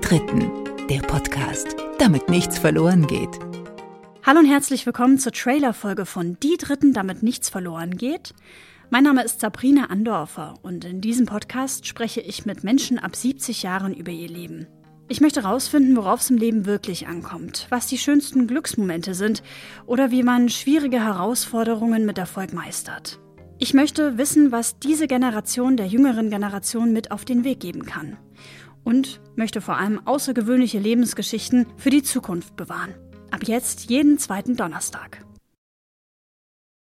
Dritten, der Podcast, damit nichts verloren geht. Hallo und herzlich willkommen zur Trailerfolge von Die Dritten, damit nichts verloren geht. Mein Name ist Sabrina Andorfer und in diesem Podcast spreche ich mit Menschen ab 70 Jahren über ihr Leben. Ich möchte herausfinden, worauf es im Leben wirklich ankommt, was die schönsten Glücksmomente sind oder wie man schwierige Herausforderungen mit Erfolg meistert. Ich möchte wissen, was diese Generation der jüngeren Generation mit auf den Weg geben kann. Und möchte vor allem außergewöhnliche Lebensgeschichten für die Zukunft bewahren. Ab jetzt jeden zweiten Donnerstag.